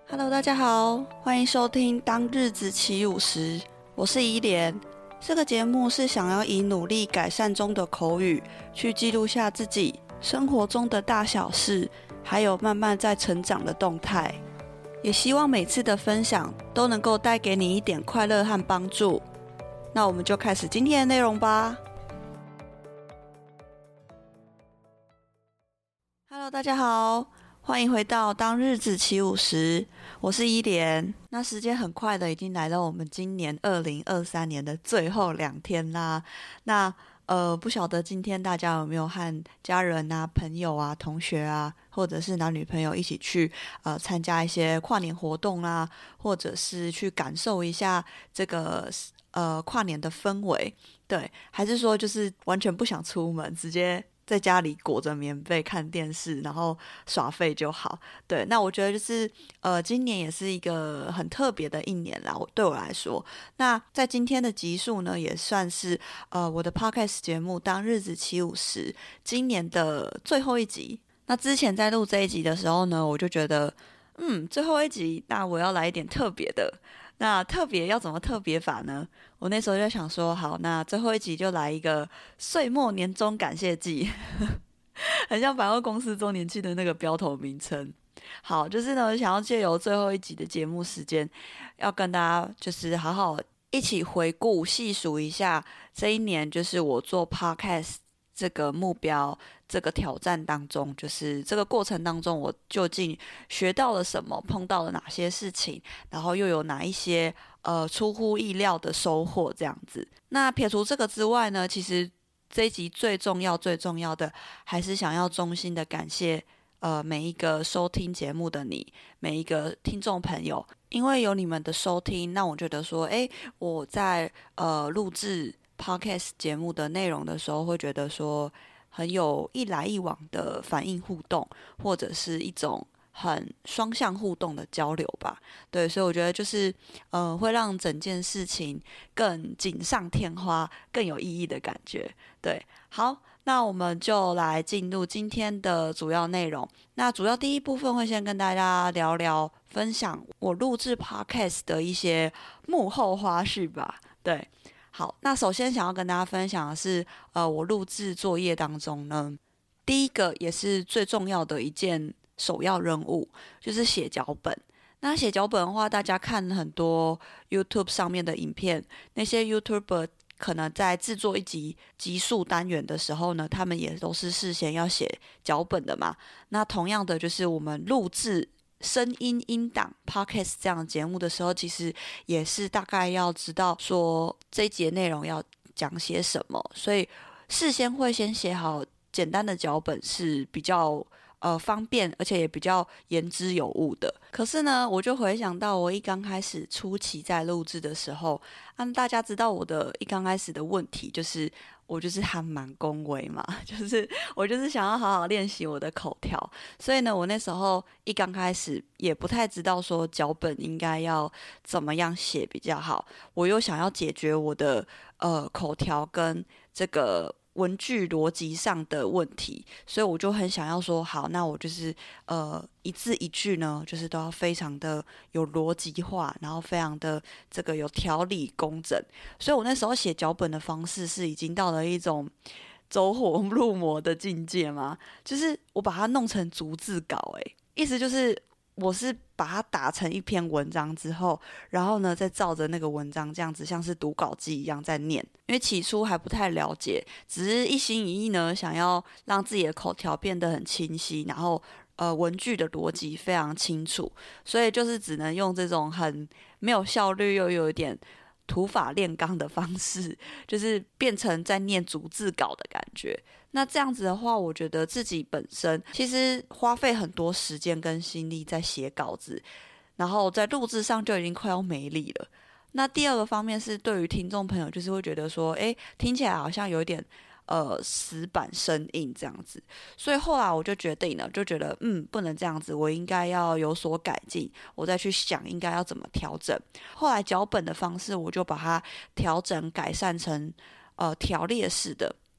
Hello， 大家好，欢迎收听《当日子起舞时》，我是怡莲。这个节目是想要以努力改善中的口语，去记录下自己生活中的大小事，还有慢慢在成长的动态。也希望每次的分享都能够带给你一点快乐和帮助。那我们就开始今天的内容吧。Hello， 大家好。欢迎回到当日子起舞时，我是依莲。那时间很快的已经来到我们今年2023年的最后2天啦。那不晓得今天大家有没有和家人啊、朋友啊、同学啊，或者是男女朋友一起去参加一些跨年活动啦，或者是去感受一下这个跨年的氛围，对，还是说就是完全不想出门，直接在家里裹着棉被看电视，然后耍废就好。对，那我觉得就是今年也是一个很特别的一年啦，对我来说。那在今天的集数呢，也算是我的 podcast 节目当日子起舞时今年的最后一集。那之前在录这一集的时候呢，我就觉得最后一集，那我要来一点特别的。那特别要怎么特别法呢？我那时候就想说，好，那最后一集就来一个岁末年终感谢季，很像百货公司周年庆的那个标头名称。好，就是呢，想要借由最后一集的节目时间，要跟大家就是好好一起回顾细数一下这一年，就是我做 podcast 这个目标，这个挑战当中，就是这个过程当中，我究竟学到了什么，碰到了哪些事情，然后又有哪一些出乎意料的收获这样子。那撇除这个之外呢，其实这一集最重要的，还是想要衷心的感谢每一个收听节目的你，每一个听众朋友，因为有你们的收听，那我觉得说，我在录制podcast 节目的内容的时候，会觉得说很有一来一往的反应互动，或者是一种很双向互动的交流吧。对，所以我觉得就是会让整件事情更锦上添花，更有意义的感觉。对，好，那我们就来进入今天的主要内容。那主要第一部分会先跟大家聊聊分享我录制 podcast 的一些幕后花絮吧。对。好，那首先想要跟大家分享的是，我录制作业当中呢，第一个也是最重要的一件首要任务，就是写脚本。那写脚本的话，大家看很多 YouTube 上面的影片，那些 YouTuber 可能在制作一集集数单元的时候呢，他们也都是事先要写脚本的嘛。那同样的，就是我们录制声音音档 podcast 这样的节目的时候，其实也是大概要知道说这一节内容要讲些什么，所以事先会先写好简单的脚本是比较方便，而且也比较言之有物的。可是呢，我就回想到我一刚开始初期在录制的时候，大家知道我的一刚开始的问题就是我就是还蛮恭维嘛，就是我就是想要好好练习我的口条，所以呢，我那时候一刚开始也不太知道说脚本应该要怎么样写比较好，我又想要解决我的口条跟这个文句逻辑上的问题，所以我就很想要说，好，那我就是一字一句呢，就是都要非常的有逻辑化，然后非常的这个有条理工整。所以我那时候写脚本的方式是已经到了一种走火入魔的境界嘛，就是我把它弄成逐字稿，意思就是我是把它打成一篇文章之后，然后呢再照着那个文章这样子像是读稿机一样在念，因为起初还不太了解，只是一心一意呢想要让自己的口条变得很清晰，然后文句的逻辑非常清楚，所以就是只能用这种很没有效率又有一点土法炼钢的方式，就是变成在念逐字稿的感觉。那这样子的话，我觉得自己本身其实花费很多时间跟心力在写稿子，然后在录制上就已经快要没力了。那第二个方面是对于听众朋友，就是会觉得说，听起来好像有一点死板生硬这样子，所以后来我就决定了，就觉得不能这样子，我应该要有所改进，我再去想应该要怎么调整。后来脚本的方式我就把它调整改善成条列式的，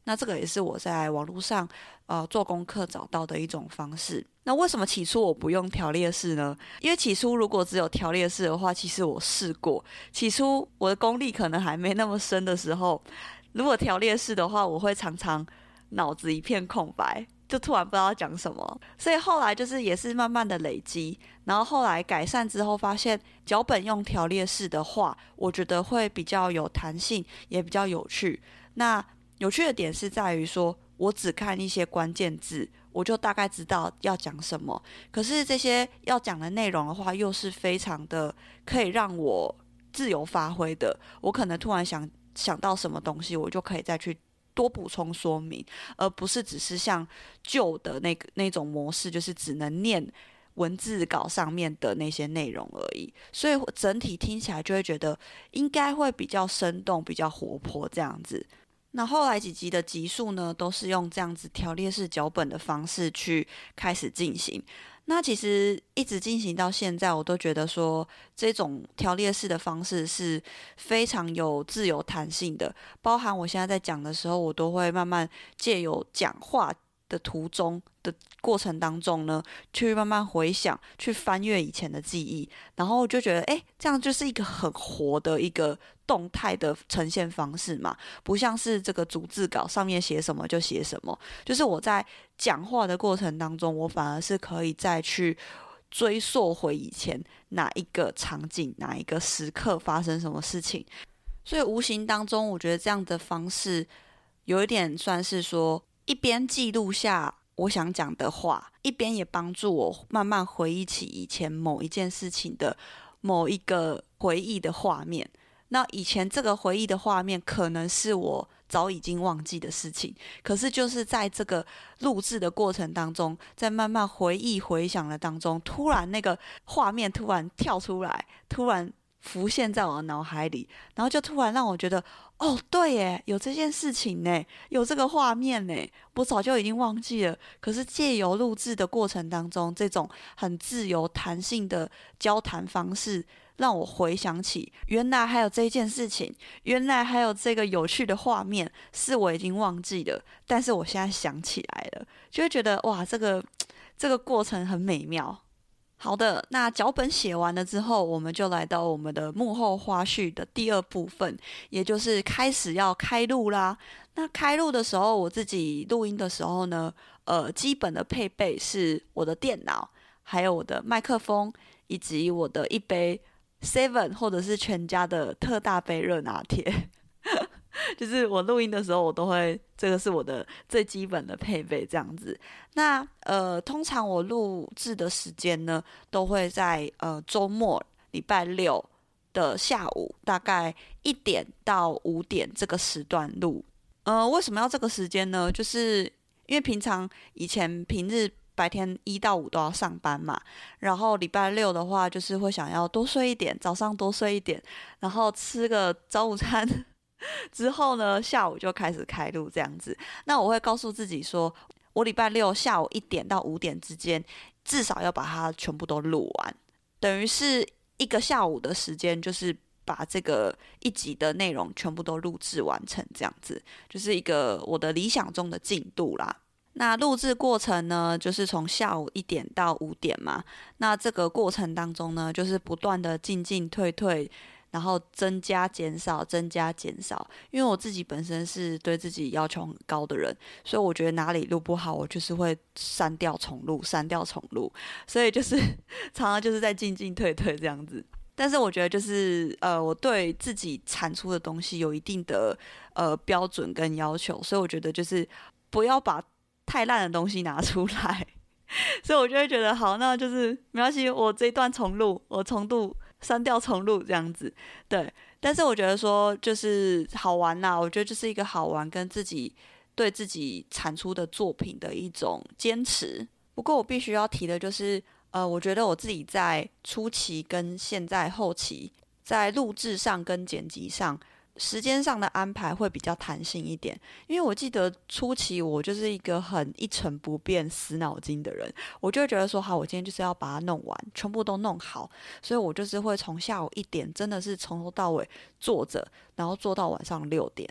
那这个也是我在网络上做功课找到的一种方式。那为什么起初我不用条列式呢？因为起初如果只有条列式的话，其实我试过，起初我的功力可能还没那么深的时候，如果条列式的话，我会常常脑子一片空白，就突然不知道讲什么。所以后来就是也是慢慢的累积，然后后来改善之后，发现脚本用条列式的话，我觉得会比较有弹性，也比较有趣。那有趣的点是在于说，我只看一些关键字，我就大概知道要讲什么。可是这些要讲的内容的话，又是非常的可以让我自由发挥的。我可能突然想到什么东西，我就可以再去多补充说明，而不是只是像旧的那种模式，就是只能念文字稿上面的那些内容而已。所以整体听起来就会觉得应该会比较生动，比较活泼这样子。那后来几集的集数呢，都是用这样子条列式脚本的方式去开始进行。那其实一直进行到现在，我都觉得说这种条列式的方式是非常有自由弹性的。包含我现在在讲的时候，我都会慢慢借由讲话的途中的过程当中呢，去慢慢回想，去翻阅以前的记忆，然后就觉得，这样就是一个很活的一个动态的呈现方式嘛，不像是这个逐字稿上面写什么就写什么，就是我在讲话的过程当中，我反而是可以再去追溯回以前哪一个场景、哪一个时刻发生什么事情，所以无形当中，我觉得这样的方式有一点算是说，一边记录下我想讲的话，一边也帮助我慢慢回忆起以前某一件事情的某一个回忆的画面。那以前这个回忆的画面可能是我早已经忘记的事情，可是就是在这个录制的过程当中，在慢慢回忆回想的当中，突然那个画面突然跳出来，突然浮现在我的脑海里，然后就突然让我觉得，哦，对耶，有这件事情呢，有这个画面呢，我早就已经忘记了。可是借由录制的过程当中，这种很自由弹性的交谈方式，让我回想起原来还有这件事情，原来还有这个有趣的画面，是我已经忘记了，但是我现在想起来了，就会觉得哇，这个过程很美妙。好的，那脚本写完了之后，我们就来到我们的幕后花絮的第二部分，也就是开始要开录啦。那开录的时候，我自己录音的时候呢，基本的配备是我的电脑，还有我的麦克风，以及我的一杯 Seven 或者是全家的特大杯热拿铁。就是我录音的时候，我都会，这个是我的最基本的配备这样子。那通常我录制的时间呢，都会在周末礼拜六的下午，大概1点到5点这个时段录。为什么要这个时间呢？就是因为以前平日白天1到5都要上班嘛，然后礼拜六的话，就是会想要多睡一点，早上多睡一点，然后吃个早午餐。之后呢，下午就开始开录这样子。那我会告诉自己说，我礼拜六下午1点到5点之间，至少要把它全部都录完，等于是一个下午的时间，就是把这个一集的内容全部都录制完成，这样子就是一个我的理想中的进度啦。那录制过程呢，就是从下午1点到5点嘛。那这个过程当中呢，就是不断的进进退退，然后增加减少，增加减少。因为我自己本身是对自己要求很高的人，所以我觉得哪里录不好，我就是会删掉重录，删掉重录。所以就是常常就是在进进退退这样子。但是我觉得就是我对自己产出的东西有一定的标准跟要求，所以我觉得就是不要把太烂的东西拿出来。所以我就会觉得好，那就是没关系，我这一段重录，我重录删掉重录这样子。对，但是我觉得说就是好玩啦，我觉得就是一个好玩跟对自己产出的作品的一种坚持。不过我必须要提的就是我觉得我自己在初期跟现在后期在录制上跟剪辑上时间上的安排会比较弹性一点。因为我记得初期我就是一个很一成不变死脑筋的人，我就会觉得说好，我今天就是要把它弄完，全部都弄好，所以我就是会从下午1点真的是从头到尾坐着，然后做到晚上6点，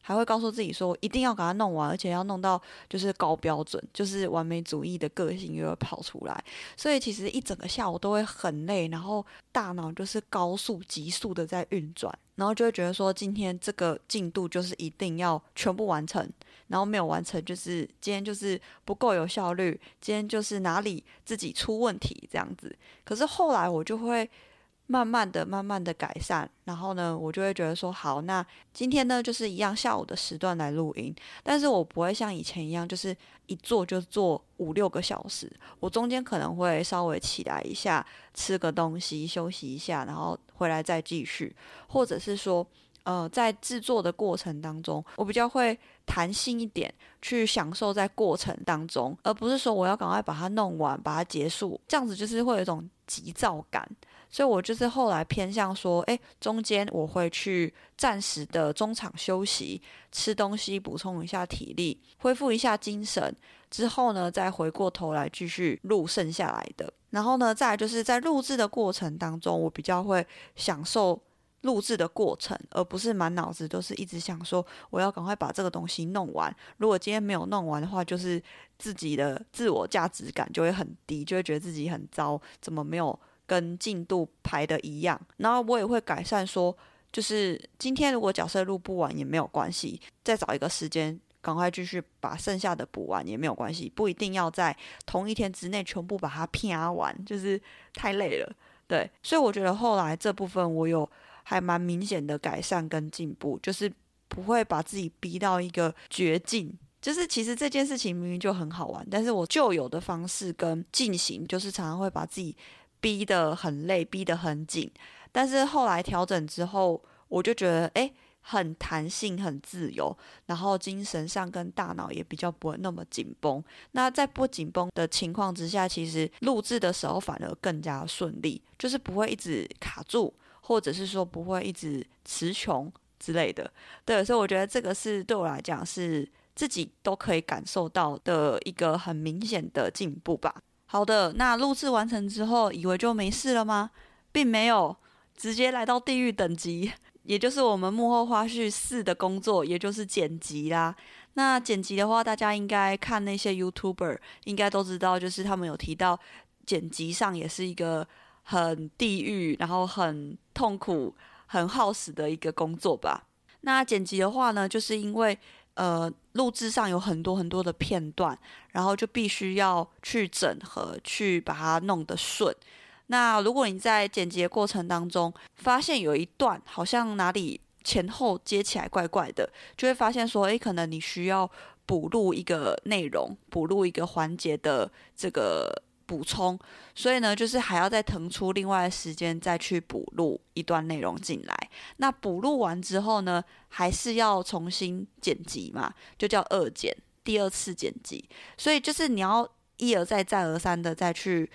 还会告诉自己说一定要把它弄完，而且要弄到就是高标准，就是完美主义的个性又会跑出来。所以其实一整个下午都会很累，然后大脑就是高速急速的在运转，然后就会觉得说今天这个进度就是一定要全部完成，然后没有完成就是今天就是不够有效率，今天就是哪里自己出问题这样子。可是后来我就会慢慢的改善，然后呢我就会觉得说好，那今天呢就是一样下午的时段来录音，但是我不会像以前一样就是一做就做5-6个小时，我中间可能会稍微起来一下，吃个东西休息一下，然后回来再继续，或者是说在制作的过程当中，我比较会弹性一点，去享受在过程当中，而不是说我要赶快把它弄完，把它结束，这样子就是会有一种急躁感。所以我就是后来偏向说，中间我会去暂时的中场休息，吃东西补充一下体力，恢复一下精神，之后呢再回过头来继续录剩下来的。然后呢再来就是在录制的过程当中，我比较会享受录制的过程，而不是满脑子都是一直想说我要赶快把这个东西弄完，如果今天没有弄完的话，就是自己的自我价值感就会很低，就会觉得自己很糟，怎么没有跟进度排的一样。然后我也会改善说，就是今天如果假设录不完也没有关系，再找一个时间赶快继续把剩下的补完也没有关系，不一定要在同一天之内全部把它拼完，就是太累了。对，所以我觉得后来这部分我有还蛮明显的改善跟进步，就是不会把自己逼到一个绝境。就是其实这件事情明明就很好玩，但是我旧有的方式跟进行，就是常常会把自己逼得很累，逼得很紧。但是后来调整之后，我就觉得很弹性，很自由，然后精神上跟大脑也比较不会那么紧绷。那在不紧绷的情况之下，其实录制的时候反而更加顺利，就是不会一直卡住，或者是说不会一直词穷之类的。对，所以我觉得这个是对我来讲是自己都可以感受到的一个很明显的进步吧。好的，那录制完成之后，以为就没事了吗？并没有，直接来到地狱等级，也就是我们幕后花絮4的工作，也就是剪辑啦。那剪辑的话，大家应该看那些 YouTuber 应该都知道，就是他们有提到剪辑上也是一个很地狱，然后很痛苦、很耗时的一个工作吧。那剪辑的话呢，就是因为录制上有很多很多的片段，然后就必须要去整合，去把它弄得顺。那如果你在剪辑的过程当中发现有一段好像哪里前后接起来怪怪的，就会发现说可能你需要补录一个内容，补录一个环节的这个补充，所以呢就是还要再腾出另外的时间再去补录一段内容进来。那补录完之后呢，还是要重新剪辑嘛，就叫二剪，第2次剪辑。所以就是你要一而再再而三的再去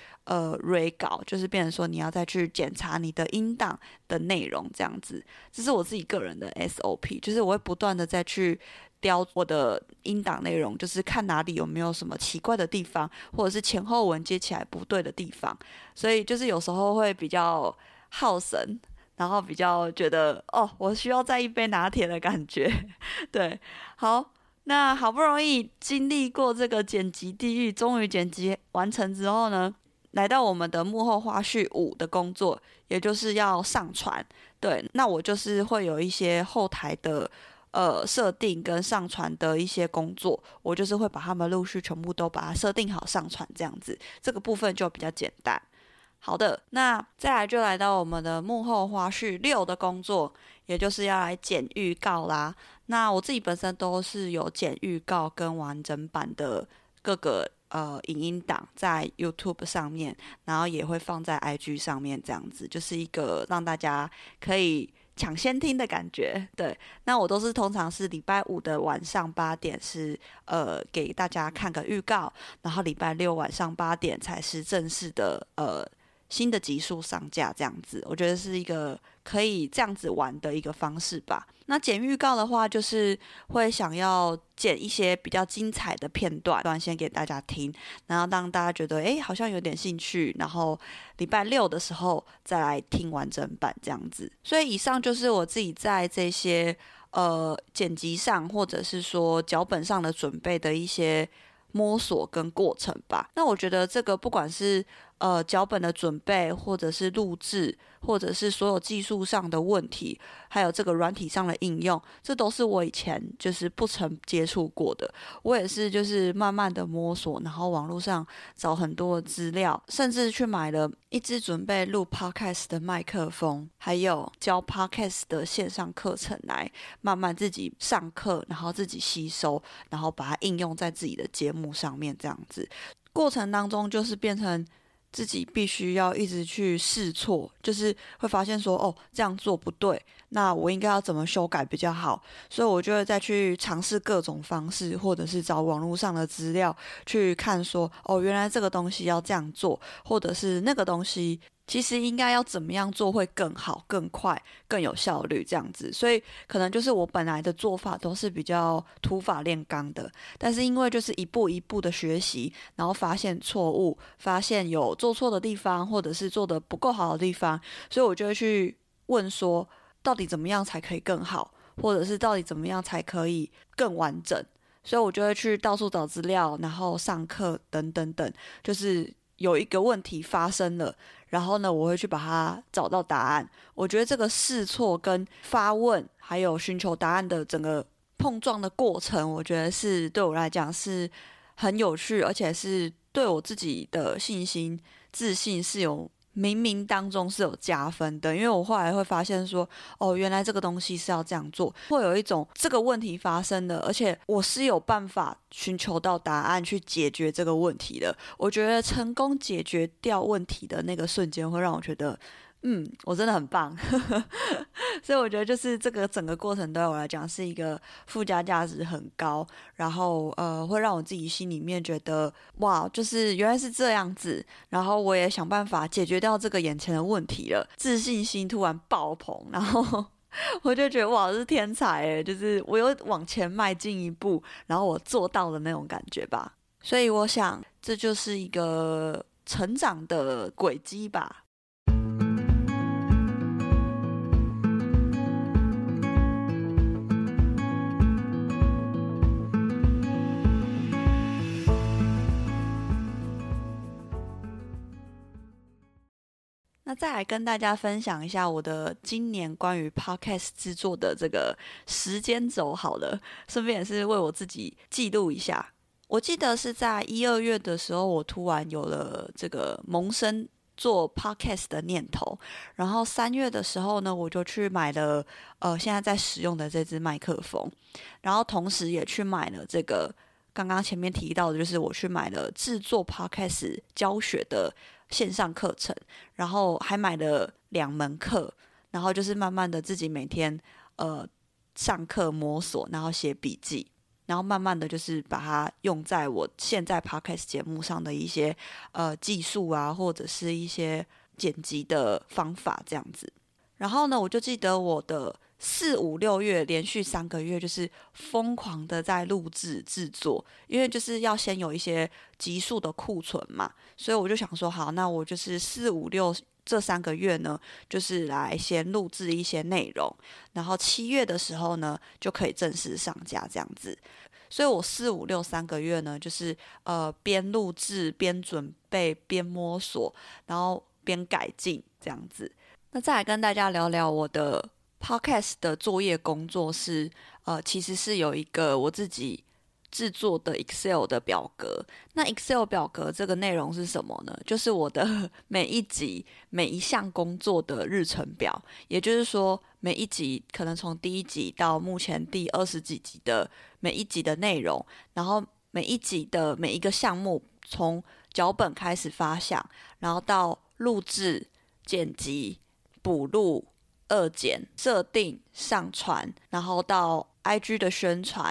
re 稿，就是变成说你要再去检查你的音档的内容这样子。这是我自己个人的 SOP， 就是我会不断的再去雕我的音档内容，就是看哪里有没有什么奇怪的地方，或者是前后文接起来不对的地方。所以就是有时候会比较耗神，然后比较觉得我需要再一杯拿铁的感觉。对，好，那好不容易经历过这个剪辑地狱，终于剪辑完成之后呢，来到我们的幕后花絮5的工作，也就是要上传。对，那我就是会有一些后台的设定跟上传的一些工作，我就是会把它们陆续全部都把它设定好上传这样子，这个部分就比较简单。好的，那再来就来到我们的幕后花絮6的工作，也就是要来剪预告啦。那我自己本身都是有剪预告跟完整版的各个影音档在 YouTube 上面，然后也会放在 IG 上面，这样子就是一个让大家可以抢先听的感觉。对，那我都是通常是礼拜5的晚上8点是给大家看个预告，然后礼拜6晚上8点才是正式的新的集数上架这样子。我觉得是一个可以这样子玩的一个方式吧。那剪预告的话，就是会想要剪一些比较精彩的片段先给大家听，然后让大家觉得好像有点兴趣，然后礼拜6的时候再来听完整版这样子。所以以上就是我自己在这些剪辑上或者是说脚本上的准备的一些摸索跟过程吧。那我觉得这个不管是脚本的准备，或者是录制，或者是所有技术上的问题，还有这个软体上的应用，这都是我以前就是不曾接触过的。我也是就是慢慢的摸索，然后网络上找很多的资料，甚至去买了一支准备录 podcast 的麦克风，还有教 podcast 的线上课程来慢慢自己上课，然后自己吸收，然后把它应用在自己的节目上面，这样子过程当中就是变成自己必须要一直去试错，就是会发现说这样做不对，那我应该要怎么修改比较好，所以我就会再去尝试各种方式，或者是找网络上的资料去看说原来这个东西要这样做，或者是那个东西其实应该要怎么样做会更好、更快、更有效率这样子。所以可能就是我本来的做法都是比较土法炼钢的，但是因为就是一步一步的学习，然后发现错误，发现有做错的地方，或者是做得不够好的地方，所以我就会去问说到底怎么样才可以更好，或者是到底怎么样才可以更完整。所以我就会去到处找资料，然后上课等等等，就是有一个问题发生了，然后呢，我会去把它找到答案。我觉得这个试错跟发问，还有寻求答案的整个碰撞的过程，我觉得是对我来讲是很有趣，而且是对我自己的信心、自信是有冥冥当中是有加分的。因为我后来会发现说原来这个东西是要这样做，会有一种这个问题发生了，而且我是有办法寻求到答案去解决这个问题的。我觉得成功解决掉问题的那个瞬间会让我觉得我真的很棒所以我觉得就是这个整个过程对我来讲是一个附加价值很高，然后会让我自己心里面觉得哇，就是原来是这样子，然后我也想办法解决掉这个眼前的问题了，自信心突然爆棚，然后我就觉得哇，是天才耶，就是我又往前迈进一步，然后我做到的那种感觉吧。所以我想这就是一个成长的轨迹吧。那再来跟大家分享一下我的今年关于 podcast 制作的这个时间轴好了，顺便也是为我自己记录一下。我记得是在1、2月的时候，我突然有了这个萌生做 podcast 的念头，然后3月的时候呢，我就去买了现在在使用的这支麦克风，然后同时也去买了这个刚刚前面提到的，就是我去买了制作 podcast 教学的线上课程，然后还买了2门课，然后就是慢慢的自己每天上课摸索，然后写笔记，然后慢慢的就是把它用在我现在 podcast 节目上的一些技术啊，或者是一些剪辑的方法这样子。然后呢，我就记得我的4、5、6月连续3个月就是疯狂的在录制制作，因为就是要先有一些集数的库存嘛，所以我就想说好，那我就是4、5、6这3个月呢，就是来先录制一些内容，然后7月的时候呢就可以正式上架这样子。所以我4、5、6 3个月呢，就是边录制边准备边摸索，然后边改进这样子。那再来跟大家聊聊我的 podcast 的作业工作是其实是有一个我自己制作的 Excel 的表格。那 Excel 表格这个内容是什么呢？就是我的每一集每一项工作的日程表，也就是说每一集可能从第1集到目前第20几集的每一集的内容，然后每一集的每一个项目从脚本开始发想，然后到录制、剪辑、补录、2剪、设定、上传，然后到 IG 的宣传、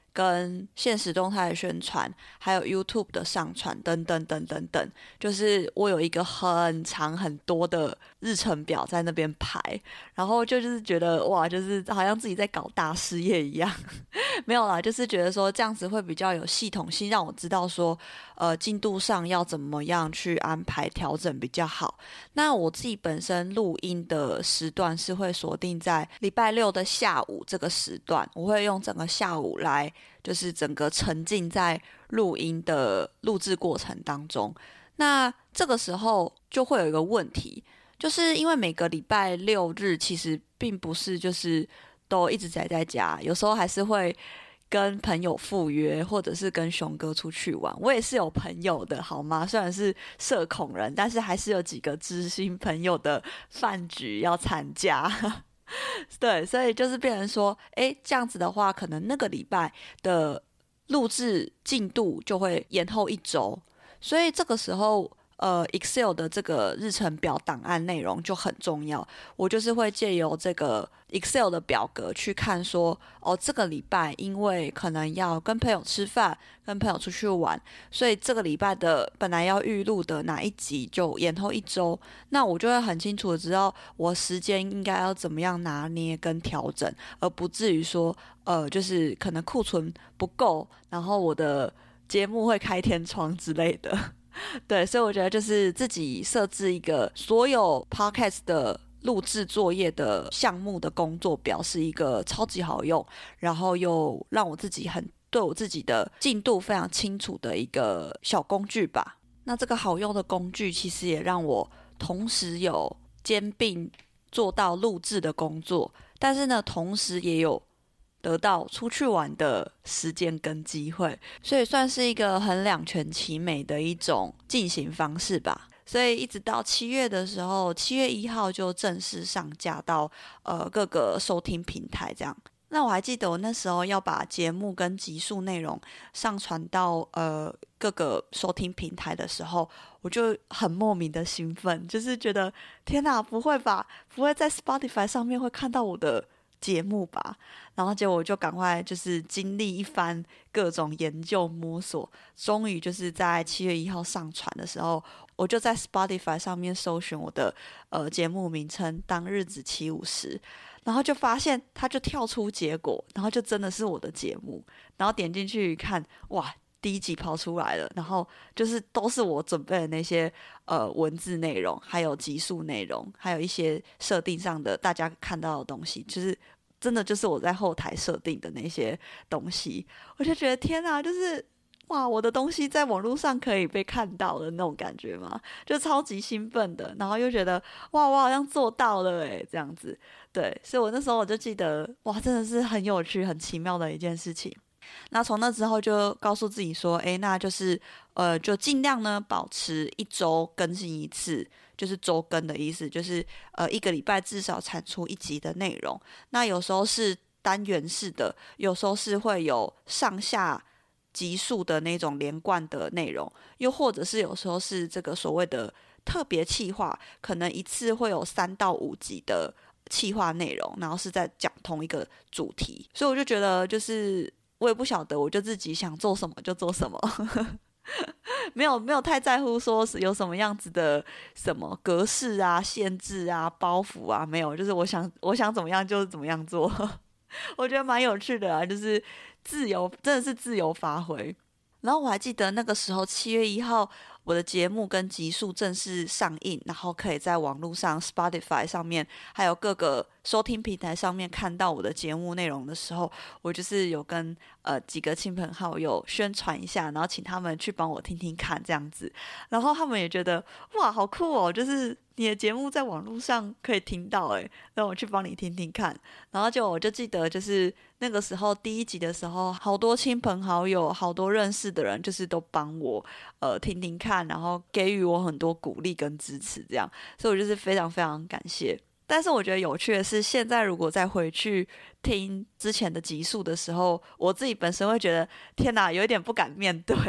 跟限时动态的宣传，还有 YouTube 的上传等等等等等，就是我有一个很长很多的日程表在那边排，然后就是觉得哇，就是好像自己在搞大事业一样。没有啦，就是觉得说这样子会比较有系统性，让我知道说进度上要怎么样去安排调整比较好。那我自己本身录音的时段是会锁定在礼拜六的下午这个时段，我会用整个下午来就是整个沉浸在录音的录制过程当中。那这个时候就会有一个问题，就是因为每个礼拜六日其实并不是就是都一直宅在家，有时候还是会跟朋友赴约，或者是跟熊哥出去玩。我也是有朋友的好吗？虽然是社恐人，但是还是有几个知心朋友的饭局要参加。对，所以就是变成说，这样子的话，可能那个礼拜的录制进度就会延后一周，所以这个时候Excel 的这个日程表档案内容就很重要。我就是会借由这个 Excel 的表格去看说，这个礼拜因为可能要跟朋友吃饭，跟朋友出去玩，所以这个礼拜的本来要预录的哪一集就延后一周，那我就会很清楚的知道我时间应该要怎么样拿捏跟调整，而不至于说就是可能库存不够，然后我的节目会开天窗之类的。对，所以我觉得就是自己设置一个所有 podcast 的录制作业的项目的工作表，是一个超级好用，然后又让我自己对我自己的进度非常清楚的一个小工具吧。那这个好用的工具其实也让我同时有兼并做到录制的工作，但是呢同时也有得到出去玩的时间跟机会，所以算是一个很两全其美的一种进行方式吧。所以一直到7月的时候，7月1号就正式上架到各个收听平台这样。那我还记得我那时候要把节目跟集数内容上传到各个收听平台的时候，我就很莫名的兴奋，就是觉得天哪，不会吧，不会在 Spotify 上面会看到我的节目吧。然后结果我就赶快就是经历一番各种研究摸索，终于就是在7月1号上传的时候，我就在 Spotify 上面搜寻我的节目名称当日子750，然后就发现它就跳出结果，然后就真的是我的节目，然后点进去看，哇，第一集跑出来了，然后就是都是我准备的那些文字内容，还有集数内容，还有一些设定上的大家看到的东西，就是真的就是我在后台设定的那些东西。我就觉得天啊，就是哇，我的东西在网络上可以被看到的那种感觉嘛，就超级兴奋的，然后又觉得哇，我好像做到了这样子。对，所以我那时候我就记得哇，真的是很有趣很奇妙的一件事情。那从那之后就告诉自己说，那就是就尽量呢保持一周更新一次，就是周更的意思，就是一个礼拜至少产出一集的内容。那有时候是单元式的，有时候是会有上下集数的那种连贯的内容，又或者是有时候是这个所谓的特别企划，可能一次会有3到5集的企划内容，然后是在讲同一个主题。所以我就觉得就是我也不晓得，我就自己想做什么就做什么没有太在乎说是有什么样子的什么格式啊、限制啊、包袱啊，没有，就是我想怎么样就怎么样做我觉得蛮有趣的就是自由，真的是自由发挥。然后我还记得那个时候7月1号我的节目跟集数正式上映，然后可以在网络上 Spotify 上面还有各个收听平台上面看到我的节目内容的时候，我就是有跟几个亲朋好友宣传一下，然后请他们去帮我听听看这样子。然后他们也觉得哇好酷哦，就是你的节目在网络上可以听到让我去帮你听听看。然后我就记得就是那个时候第1集的时候，好多亲朋好友好多认识的人就是都帮我听听看，然后给予我很多鼓励跟支持这样，所以我就是非常非常感谢。但是我觉得有趣的是，现在如果再回去听之前的集数的时候，我自己本身会觉得天哪，有一点不敢面对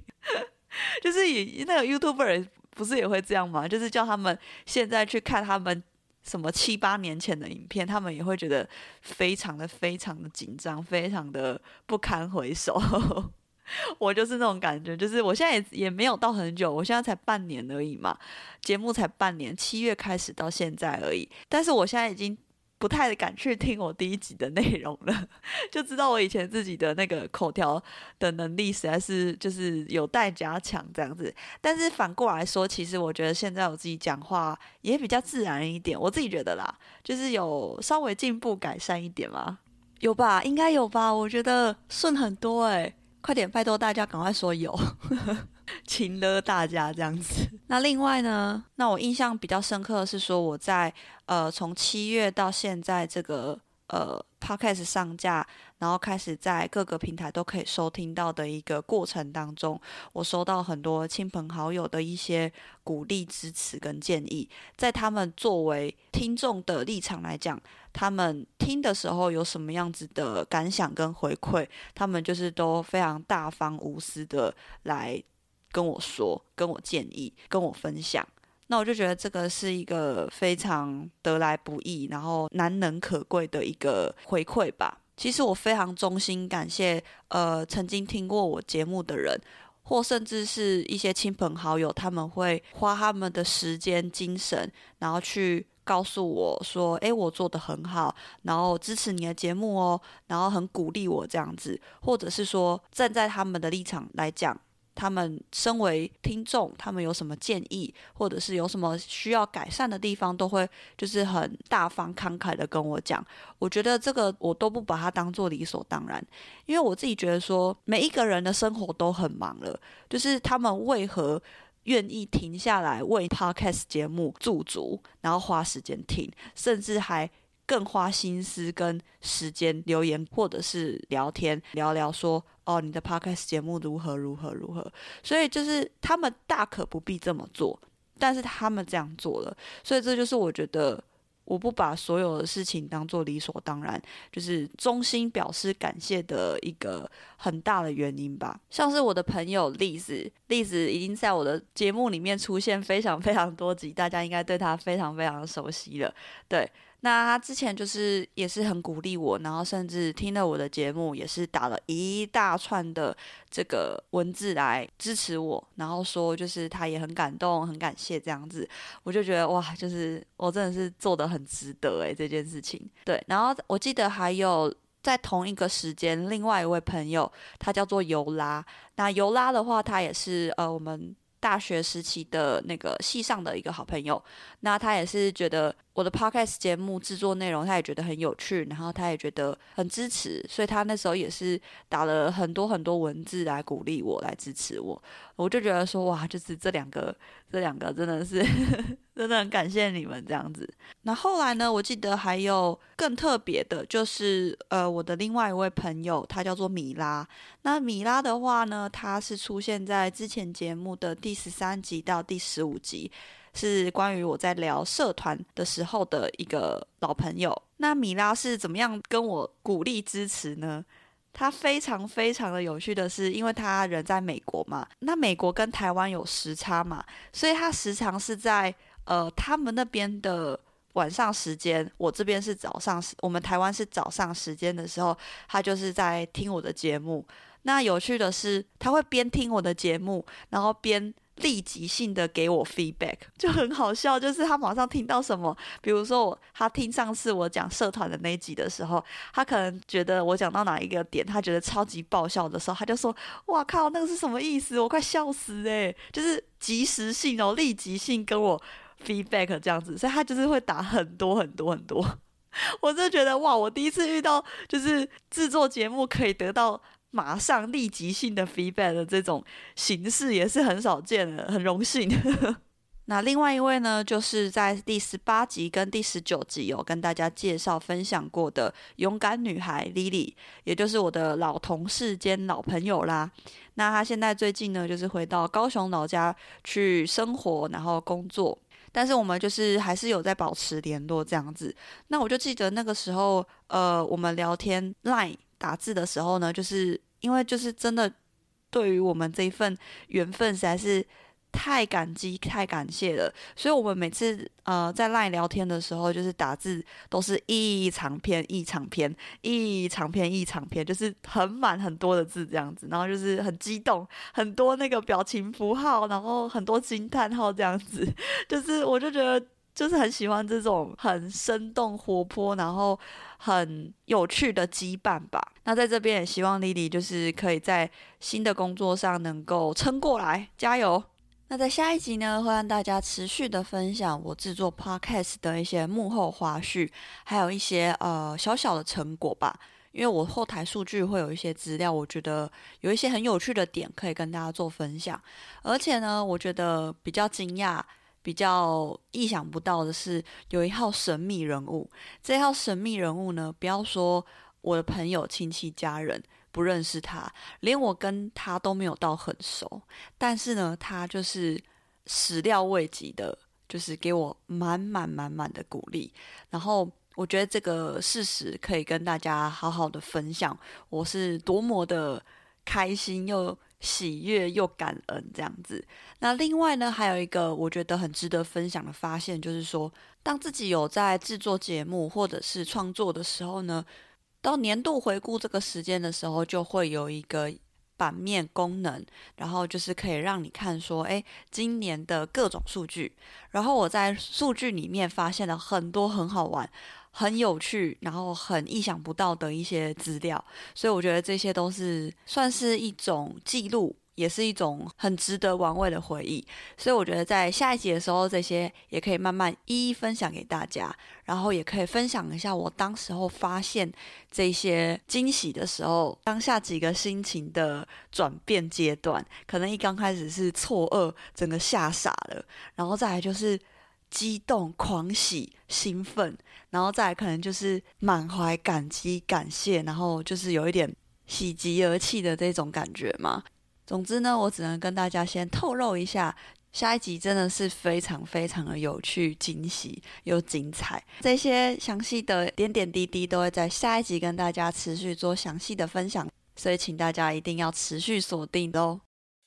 就是那个 YouTuber 不是也会这样吗？就是叫他们现在去看他们什么7、8年前的影片，他们也会觉得非常的紧张，非常的不堪回首。我就是那种感觉，就是我现在也没有到很久，我现在才半年而已嘛，节目才半年，7月开始到现在而已，但是我现在已经不太敢去听我第1集的内容了，就知道我以前自己的那个口条的能力实在是就是有待加强这样子。但是反过来说，其实我觉得现在我自己讲话也比较自然一点，我自己觉得啦，就是有稍微进步改善一点嘛，有吧？应该有吧？我觉得顺很多快点拜托大家赶快说有。请了大家这样子。那另外呢，那我印象比较深刻的是说，我在从7月到现在这个podcast 上架，然后开始在各个平台都可以收听到的一个过程当中，我收到很多亲朋好友的一些鼓励、支持跟建议，在他们作为听众的立场来讲，他们听的时候有什么样子的感想跟回馈，他们就是都非常大方无私的来跟我说，跟我建议，跟我分享。那我就觉得这个是一个非常得来不易，然后难能可贵的一个回馈吧。其实我非常衷心感谢曾经听过我节目的人，或甚至是一些亲朋好友，他们会花他们的时间精神，然后去告诉我说我做得很好，然后支持你的节目哦，然后很鼓励我这样子，或者是说站在他们的立场来讲，他们身为听众，他们有什么建议，或者是有什么需要改善的地方，都会就是很大方慷慨的跟我讲。我觉得这个我都不把它当作理所当然，因为我自己觉得说每一个人的生活都很忙了，就是他们为何愿意停下来为 podcast 节目驻足，然后花时间听，甚至还更花心思跟时间留言或者是聊天，聊聊说你的 podcast 节目如何，所以就是他们大可不必这么做，但是他们这样做了，所以这就是我觉得我不把所有的事情当作理所当然，就是衷心表示感谢的一个很大的原因吧。像是我的朋友栗子已经在我的节目里面出现非常非常多集，大家应该对他非常非常熟悉了。对，那他之前就是也是很鼓励我，然后甚至听了我的节目也是打了一大串的这个文字来支持我，然后说就是他也很感动很感谢这样子。我就觉得哇，就是我真的是做得很值得这件事情。对，然后我记得还有在同一个时间另外一位朋友，他叫做尤拉。那尤拉的话，他也是我们大学时期的那个系上的一个好朋友，那他也是觉得我的 podcast 节目制作内容他也觉得很有趣，然后他也觉得很支持，所以他那时候也是打了很多很多文字来鼓励我，来支持我。我就觉得说哇，就是这两个真的是真的很感谢你们这样子。那后来呢，我记得还有更特别的，就是我的另外一位朋友，他叫做米拉。那米拉的话呢，他是出现在之前节目的第13集到第15集，是关于我在聊社团的时候的一个老朋友。那米拉是怎么样跟我鼓励支持呢？他非常非常的有趣的是，因为他人在美国嘛，那美国跟台湾有时差嘛，所以他时常是在他们那边的晚上时间，我这边是早上，我们台湾是早上时间的时候，他就是在听我的节目。那有趣的是，他会边听我的节目，然后边立即性的给我 feedback， 就很好笑。就是他马上听到什么，比如说他听上次我讲社团的那一集的时候，他可能觉得我讲到哪一个点，他觉得超级爆笑的时候，他就说：“哇靠，那个是什么意思？我快笑死就是即时性立即性跟我 feedback 这样子，所以他就是会打很多很多很多。我就觉得哇，我第一次遇到就是制作节目可以得到马上立即性的 feedback 的这种形式，也是很少见的，很荣幸。那另外一位呢，就是在第18集跟第19集有跟大家介绍分享过的勇敢女孩 Lily， 也就是我的老同事兼老朋友啦。那她现在最近呢，就是回到高雄老家去生活，然后工作，但是我们就是还是有在保持联络这样子。那我就记得那个时候我们聊天 LINE 打字的时候呢，就是因为就是真的对于我们这一份缘分实在是太感激太感谢了，所以我们每次在 LINE 聊天的时候，就是打字都是一长篇一长篇一长篇一长篇，就是很满很多的字这样子，然后就是很激动，很多那个表情符号，然后很多惊叹号这样子，就是我就觉得就是很喜欢这种很生动活泼，然后很有趣的羁绊吧。那在这边也希望 Lily 就是可以在新的工作上能够撑过来，加油。那在下一集呢，会让大家持续的分享我制作 podcast 的一些幕后花絮，还有一些小小的成果吧。因为我后台数据会有一些资料，我觉得有一些很有趣的点可以跟大家做分享。而且呢，我觉得比较惊讶、比较意想不到的是，有一号神秘人物。这一号神秘人物呢，不要说我的朋友、亲戚、家人不认识他，连我跟他都没有到很熟，但是呢，他就是始料未及的，就是给我满满的鼓励。然后我觉得这个事实可以跟大家好好的分享，我是多么的开心又喜悦又感恩这样子。那另外呢，还有一个我觉得很值得分享的发现，就是说，当自己有在制作节目或者是创作的时候呢，到年度回顾这个时间的时候，就会有一个版面功能，然后就是可以让你看说，今年的各种数据。然后我在数据里面发现了很多很好玩、很有趣，然后很意想不到的一些资料，所以我觉得这些都是算是一种记录，也是一种很值得玩味的回忆。所以我觉得在下一集的时候，这些也可以慢慢一一分享给大家，然后也可以分享一下我当时候发现这些惊喜的时候，当下几个心情的转变阶段。可能一刚开始是错愕，整个吓傻了，然后再来就是激动、狂喜、兴奋，然后再来可能就是满怀感激、感谢，然后就是有一点喜极而泣的这种感觉嘛。总之呢，我只能跟大家先透露一下，下一集真的是非常的有趣、惊喜又精彩。这些详细的点点滴滴都会在下一集跟大家持续做详细的分享，所以请大家一定要持续锁定哦。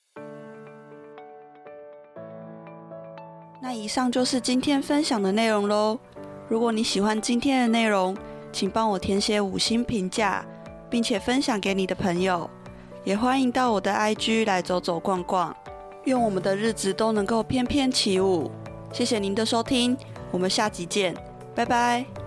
那以上就是今天分享的内容咯。如果你喜欢今天的内容，请帮我填写5星评价，并且分享给你的朋友。也欢迎到我的 IG 来走走逛逛，愿我们的日子都能够翩翩起舞。谢谢您的收听，我们下集见，拜拜。